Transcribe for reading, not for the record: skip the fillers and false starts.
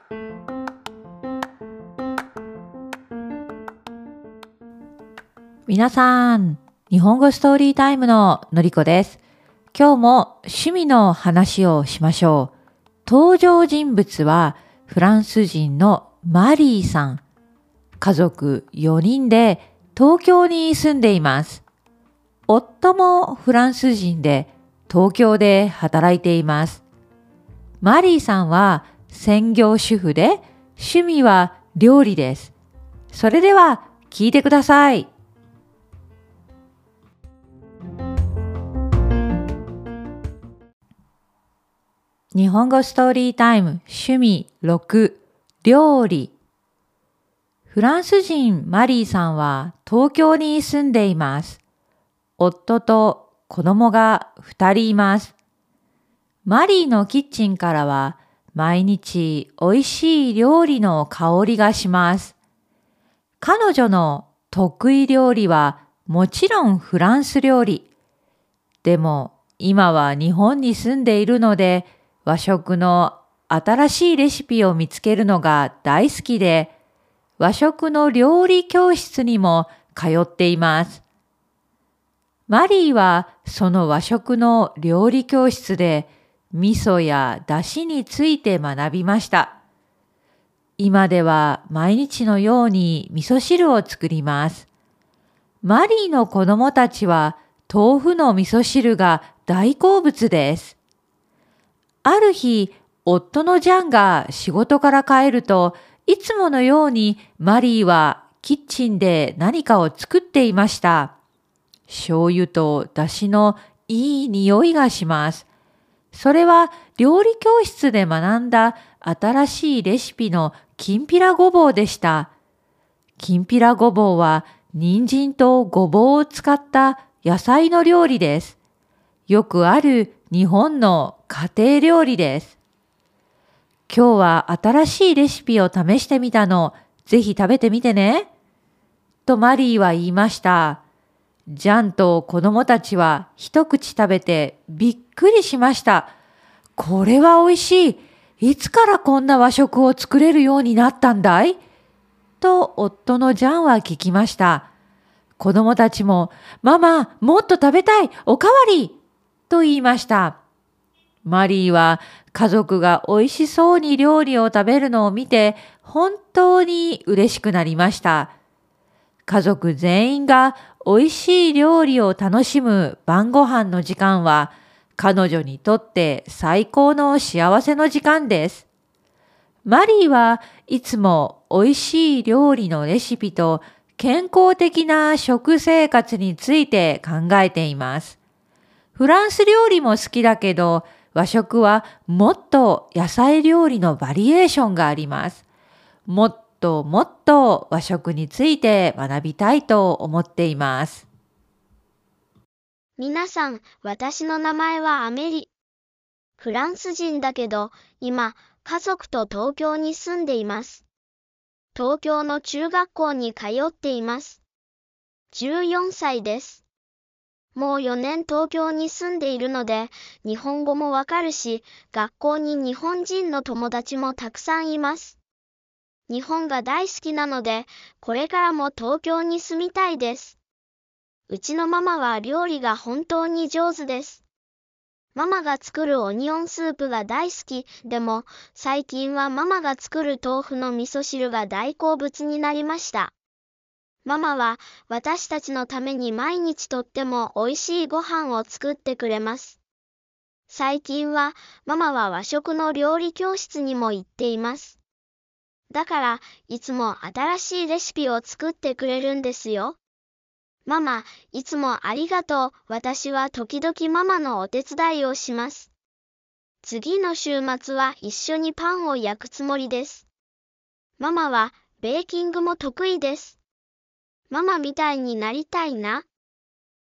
皆さん、日本語ストーリータイムののりこです。今日も趣味の話をしましょう。登場人物はフランス人のマリーさん。家族4人で東京に住んでいます。夫もフランス人で東京で働いています。マリーさんは専業主婦で趣味は料理です。それでは聞いてください。日本語ストーリータイム趣味6料理。フランス人マリーさんは東京に住んでいます。夫と子供が2人います。マリーのキッチンからは毎日おいしい料理の香りがします。彼女の得意料理はもちろんフランス料理。でも今は日本に住んでいるので和食の新しいレシピを見つけるのが大好きで和食の料理教室にも通っています。マリーはその和食の料理教室で味噌や出汁について学びました。今では毎日のように味噌汁を作ります。マリーの子供たちは豆腐の味噌汁が大好物です。ある日、夫のジャンが仕事から帰ると、いつものようにマリーはキッチンで何かを作っていました。醤油と出汁のいい匂いがします。それは料理教室で学んだ新しいレシピのきんぴらごぼうでした。きんぴらごぼうは人参とごぼうを使った野菜の料理です。よくある日本の家庭料理です。今日は新しいレシピを試してみたの。ぜひ食べてみてね。とマリーは言いました。ジャンと子供たちは一口食べてびっくりしました。これは美味しい。いつからこんな和食を作れるようになったんだい？と夫のジャンは聞きました。子供たちも、ママ、もっと食べたい、おかわりと言いました。マリーは家族が美味しそうに料理を食べるのを見て本当に嬉しくなりました。家族全員が美味しい料理を楽しむ晩ご飯の時間は彼女にとって最高の幸せの時間です。マリーはいつも美味しい料理のレシピと健康的な食生活について考えています。フランス料理も好きだけど和食はもっと野菜料理のバリエーションがあります。もっともっと和食について学びたいと思っています。 皆さん、私の名前はアメリ。フランス人だけど、今、家族と東京に住んでいます。東京の中学校に通っています。14歳です。もう4年東京に住んでいるので、日本語もわかるし、学校に日本人の友達もたくさんいます。日本が大好きなので、これからも東京に住みたいです。うちのママは料理が本当に上手です。ママが作るオニオンスープが大好き。でも、最近はママが作る豆腐の味噌汁が大好物になりました。ママは私たちのために毎日とっても美味しいご飯を作ってくれます。最近はママは和食の料理教室にも行っています。だからいつも新しいレシピを作ってくれるんですよ。ママ、いつもありがとう。私は時々ママのお手伝いをします。次の週末は一緒にパンを焼くつもりです。ママはベーキングも得意です。ママみたいになりたいな。